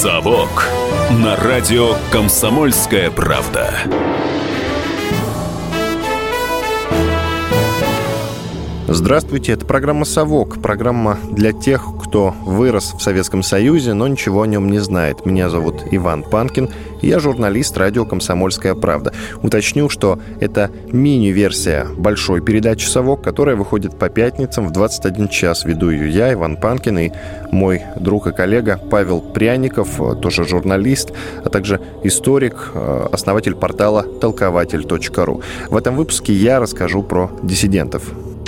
«Совок» на радио «Комсомольская правда». Здравствуйте, это программа «Совок», программа для тех, кто вырос в Советском Союзе, но ничего о нем не знает. Меня зовут Иван Панкин, и я журналист радио «Комсомольская правда». Уточню, что это мини-версия большой передачи «Совок», которая выходит по пятницам в 21 час. Веду ее я, Иван Панкин, и мой друг и коллега Павел Пряников, тоже журналист, а также историк, основатель портала толкователь.ру. В этом выпуске я расскажу про диссидентов.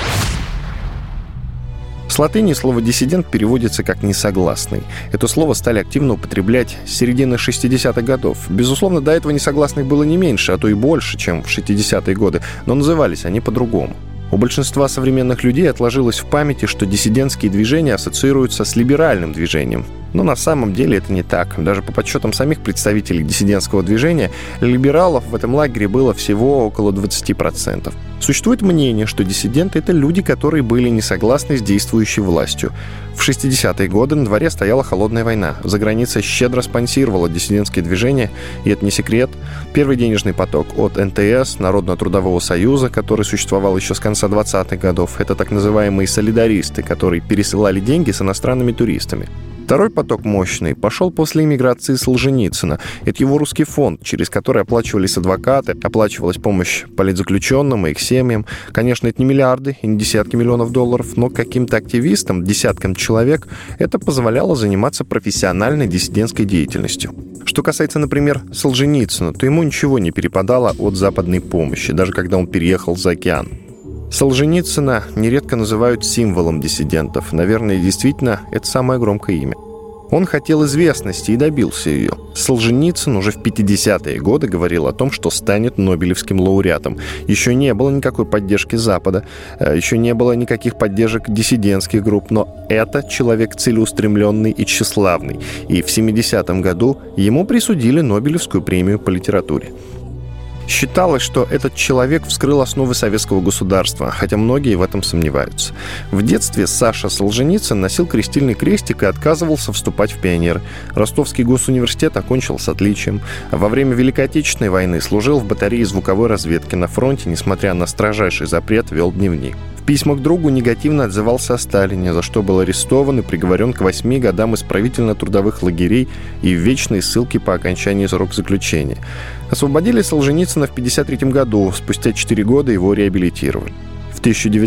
С латыни слово «диссидент» переводится как «несогласный». Это слово стали активно употреблять с середины 60-х годов. Безусловно, до этого несогласных было не меньше, а то и больше, чем в 60-е годы, но назывались они по-другому. У большинства современных людей отложилось в памяти, что диссидентские движения ассоциируются с либеральным движением. Но на самом деле это не так. Даже по подсчетам самих представителей диссидентского движения, либералов в этом лагере было всего около 20%. Существует мнение, что диссиденты — это люди, которые были не согласны с действующей властью. В 60-е годы на дворе стояла холодная война. За границей щедро спонсировала диссидентские движения, и это не секрет. Первый денежный поток от НТС, Народного трудового союза, который существовал еще с конца 20-х годов, это так называемые солидаристы, которые пересылали деньги с иностранными туристами. Второй поток мощный пошел после эмиграции Солженицына. Это его русский фонд, через который оплачивались адвокаты, оплачивалась помощь политзаключенным и их семьям. Конечно, это не миллиарды и не десятки миллионов долларов, но каким-то активистам, десяткам человек, это позволяло заниматься профессиональной диссидентской деятельностью. Что касается, например, Солженицына, то ему ничего не перепадало от западной помощи, даже когда он переехал за океан. Солженицына нередко называют символом диссидентов. Наверное, действительно, это самое громкое имя. Он хотел известности и добился ее. Солженицын уже в 50-е годы говорил о том, что станет Нобелевским лауреатом. Еще не было никакой поддержки Запада, еще не было никаких поддержек диссидентских групп, но это человек целеустремленный и тщеславный. И в 70-м году ему присудили Нобелевскую премию по литературе. Считалось, что этот человек вскрыл основы советского государства, хотя многие в этом сомневаются. В детстве Саша Солженицын носил крестильный крестик и отказывался вступать в пионеры. Ростовский госуниверситет окончил с отличием. Во время Великой Отечественной войны служил в батарее звуковой разведки на фронте, несмотря на строжайший запрет, вел дневник. В письмах к другу негативно отзывался о Сталине, за что был арестован и приговорен к 8 годам исправительно-трудовых лагерей и в вечной ссылке по окончании срока заключения. Освободили Солженицына в 1953 году, спустя 4 года его реабилитировали. В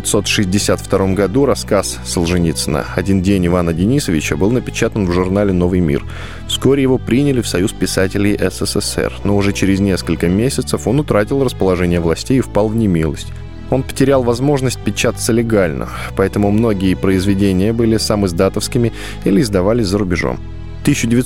1962 году рассказ Солженицына «Один день Ивана Денисовича» был напечатан в журнале «Новый мир». Вскоре его приняли в Союз писателей СССР, но уже через несколько месяцев он утратил расположение властей и впал в немилость. Он потерял возможность печататься легально, поэтому многие произведения были самиздатовскими или издавались за рубежом. В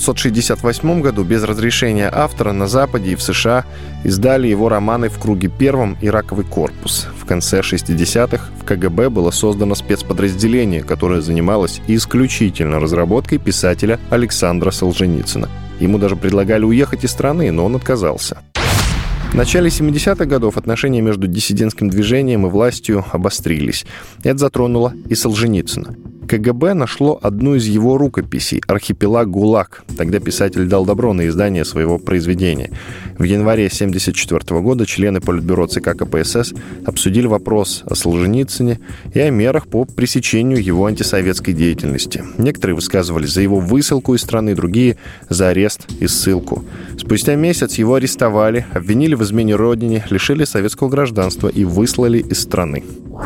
1968 году без разрешения автора на Западе и в США издали его романы «В круге первом» и «Раковый корпус». В конце 60-х в КГБ было создано спецподразделение, которое занималось исключительно разработкой писателя Александра Солженицына. Ему даже предлагали уехать из страны, но он отказался. В начале 70-х годов отношения между диссидентским движением и властью обострились. Это затронуло и Солженицына. КГБ нашло одну из его рукописей «Архипелаг ГУЛАГ». Тогда писатель дал добро на издание своего произведения. В январе 1974 года члены Политбюро ЦК КПСС обсудили вопрос о Солженицыне и о мерах по пресечению его антисоветской деятельности. Некоторые высказывались за его высылку из страны, другие — за арест и ссылку. Спустя месяц его арестовали, обвинили в измене родине, лишили советского гражданства и выслали из страны.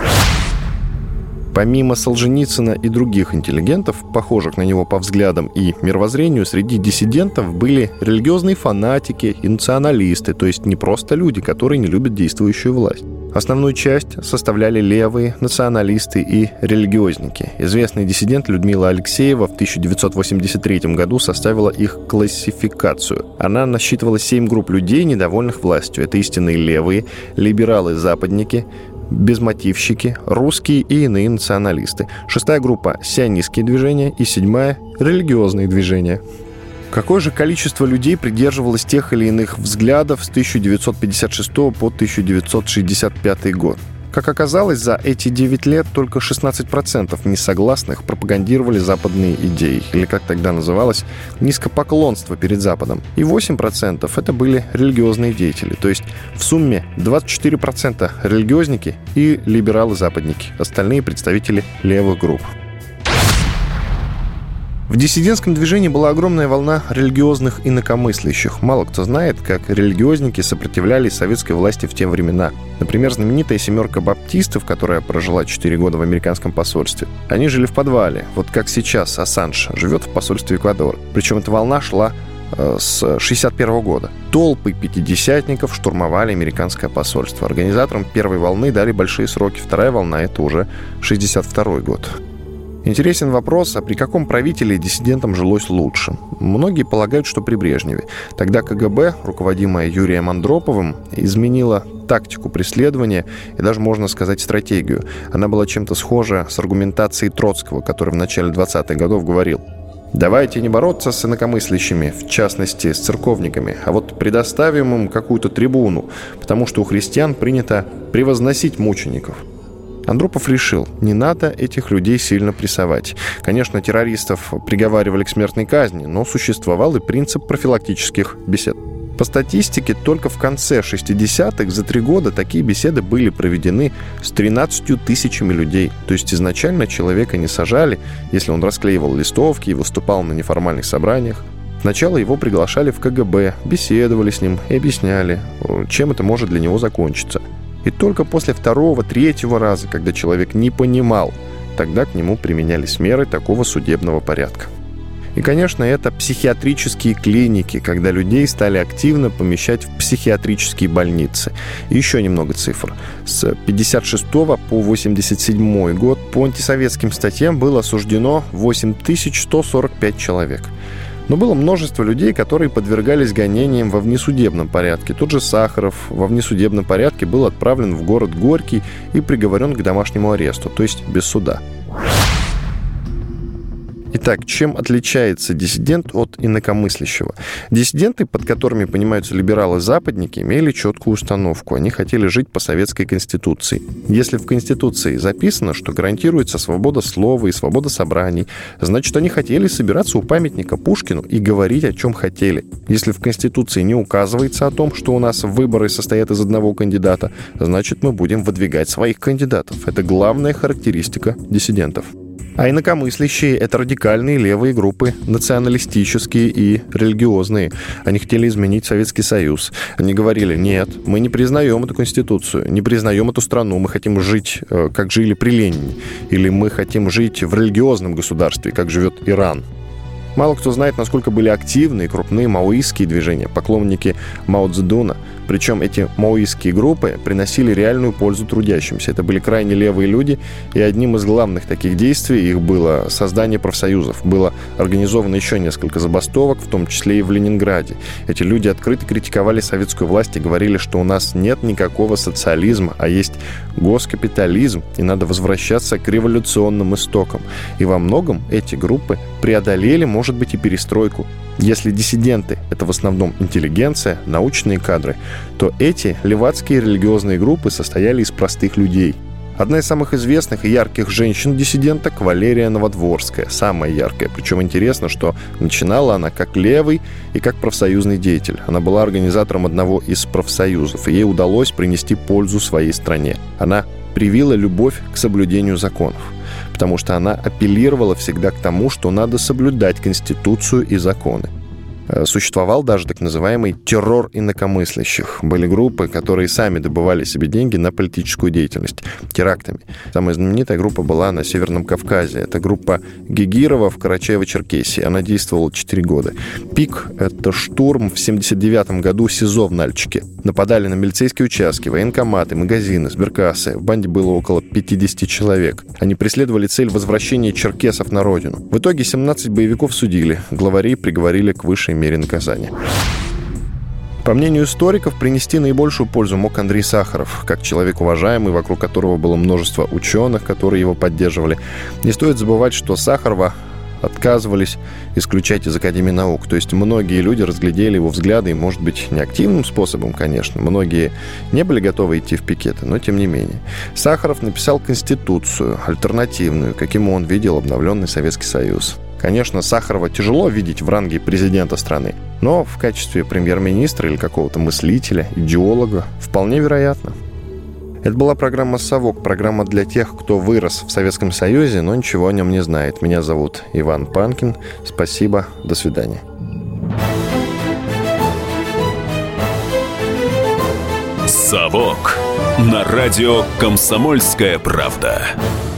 Помимо Солженицына и других интеллигентов, похожих на него по взглядам и мировоззрению, среди диссидентов были религиозные фанатики и националисты, то есть не просто люди, которые не любят действующую власть. Основную часть составляли левые, националисты и религиозники. Известный диссидент Людмила Алексеева в 1983 году составила их классификацию. Она насчитывала 7 групп людей, недовольных властью. Это истинные левые, либералы-западники, безмотивщики, русские и иные националисты. 6-я группа – сионистские движения и 7-я – религиозные движения. Какое же количество людей придерживалось тех или иных взглядов с 1956 по 1965 год? Как оказалось, за эти 9 лет только 16% несогласных пропагандировали западные идеи, или, как тогда называлось, низкопоклонство перед Западом. И 8% это были религиозные деятели, то есть в сумме 24% религиозники и либералы-западники, остальные представители левых групп. В диссидентском движении была огромная волна религиозных инакомыслящих. Мало кто знает, как религиозники сопротивлялись советской власти в те времена. Например, знаменитая семерка баптистов, которая прожила 4 года в американском посольстве. Они жили в подвале, вот как сейчас Ассанж живет в посольстве Эквадора. Причем эта волна шла с 1961 года. Толпы пятидесятников штурмовали американское посольство. Организаторам первой волны дали большие сроки. Вторая волна — это уже 1962 год. Интересен вопрос, а при каком правителе диссидентам жилось лучше? Многие полагают, что при Брежневе. Тогда КГБ, руководимая Юрием Андроповым, изменила тактику преследования и даже, можно сказать, стратегию. Она была чем-то схожа с аргументацией Троцкого, который в начале 20-х годов говорил: «Давайте не бороться с инакомыслящими, в частности, с церковниками, а вот предоставим им какую-то трибуну, потому что у христиан принято превозносить мучеников». Андропов решил, не надо этих людей сильно прессовать. Конечно, террористов приговаривали к смертной казни, но существовал и принцип профилактических бесед. По статистике, только в конце 60-х за 3 года такие беседы были проведены с 13 тысячами людей. То есть изначально человека не сажали, если он расклеивал листовки и выступал на неформальных собраниях. Сначала его приглашали в КГБ, беседовали с ним и объясняли, чем это может для него закончиться. И только после 2-3 раза, когда человек не понимал, тогда к нему применялись меры такого судебного порядка. И, конечно, это психиатрические клиники, когда людей стали активно помещать в психиатрические больницы. И еще немного цифр. С 1956 по 1987 год по антисоветским статьям было осуждено 8145 человек. Но было множество людей, которые подвергались гонениям во внесудебном порядке. Тот же Сахаров во внесудебном порядке был отправлен в город Горький и приговорен к домашнему аресту, то есть без суда. Итак, чем отличается диссидент от инакомыслящего? Диссиденты, под которыми понимаются либералы-западники, имели четкую установку. Они хотели жить по советской конституции. Если в конституции записано, что гарантируется свобода слова и свобода собраний, значит, они хотели собираться у памятника Пушкину и говорить, о чем хотели. Если в конституции не указывается о том, что у нас выборы состоят из одного кандидата, значит, мы будем выдвигать своих кандидатов. Это главная характеристика диссидентов. А инакомыслящие — это радикальные левые группы, националистические и религиозные. Они хотели изменить Советский Союз. Они говорили: нет, мы не признаем эту конституцию, не признаем эту страну, мы хотим жить, как жили при Ленине. Или мы хотим жить в религиозном государстве, как живет Иран. Мало кто знает, насколько были активны и крупные маоистские движения, поклонники Мао Цзэдуна. Причем эти маоистские группы приносили реальную пользу трудящимся. Это были крайне левые люди, и одним из главных таких действий их было создание профсоюзов. Было организовано еще несколько забастовок, в том числе и в Ленинграде. Эти люди открыто критиковали советскую власть и говорили, что у нас нет никакого социализма, а есть госкапитализм, и надо возвращаться к революционным истокам. И во многом эти группы преодолели, может быть, и перестройку. Если диссиденты — это в основном интеллигенция, научные кадры, то эти левацкие религиозные группы состояли из простых людей. Одна из самых известных и ярких женщин-диссиденток — Валерия Новодворская, самая яркая. Причем интересно, что начинала она как левый и как профсоюзный деятель. Она была организатором одного из профсоюзов, и ей удалось принести пользу своей стране. Она привила любовь к соблюдению законов, потому что она апеллировала всегда к тому, что надо соблюдать Конституцию и законы. Существовал даже так называемый террор инакомыслящих. Были группы, которые сами добывали себе деньги на политическую деятельность терактами. Самая знаменитая группа была на Северном Кавказе. Это группа Гегирова в Карачаево-Черкесии. Она действовала 4 года. Пик — это штурм в 1979 году СИЗО в Нальчике. Нападали на милицейские участки, военкоматы, магазины, сберкассы. В банде было около 50 человек. Они преследовали цель возвращения черкесов на родину. В итоге 17 боевиков судили. Главарей приговорили к высшей мере наказания. По мнению историков, принести наибольшую пользу мог Андрей Сахаров, как человек уважаемый, вокруг которого было множество ученых, которые его поддерживали. Не стоит забывать, что Сахарова отказывались исключать из Академии наук. То есть многие люди разглядели его взгляды, и, может быть, не активным способом, конечно. Многие не были готовы идти в пикеты, но тем не менее. Сахаров написал Конституцию, альтернативную, каким он видел обновленный Советский Союз. Конечно, Сахарова тяжело видеть в ранге президента страны, но в качестве премьер-министра или какого-то мыслителя, идеолога вполне вероятно. Это была программа «Совок», программа для тех, кто вырос в Советском Союзе, но ничего о нем не знает. Меня зовут Иван Панкин. Спасибо, до свидания. «Совок» на радио «Комсомольская правда».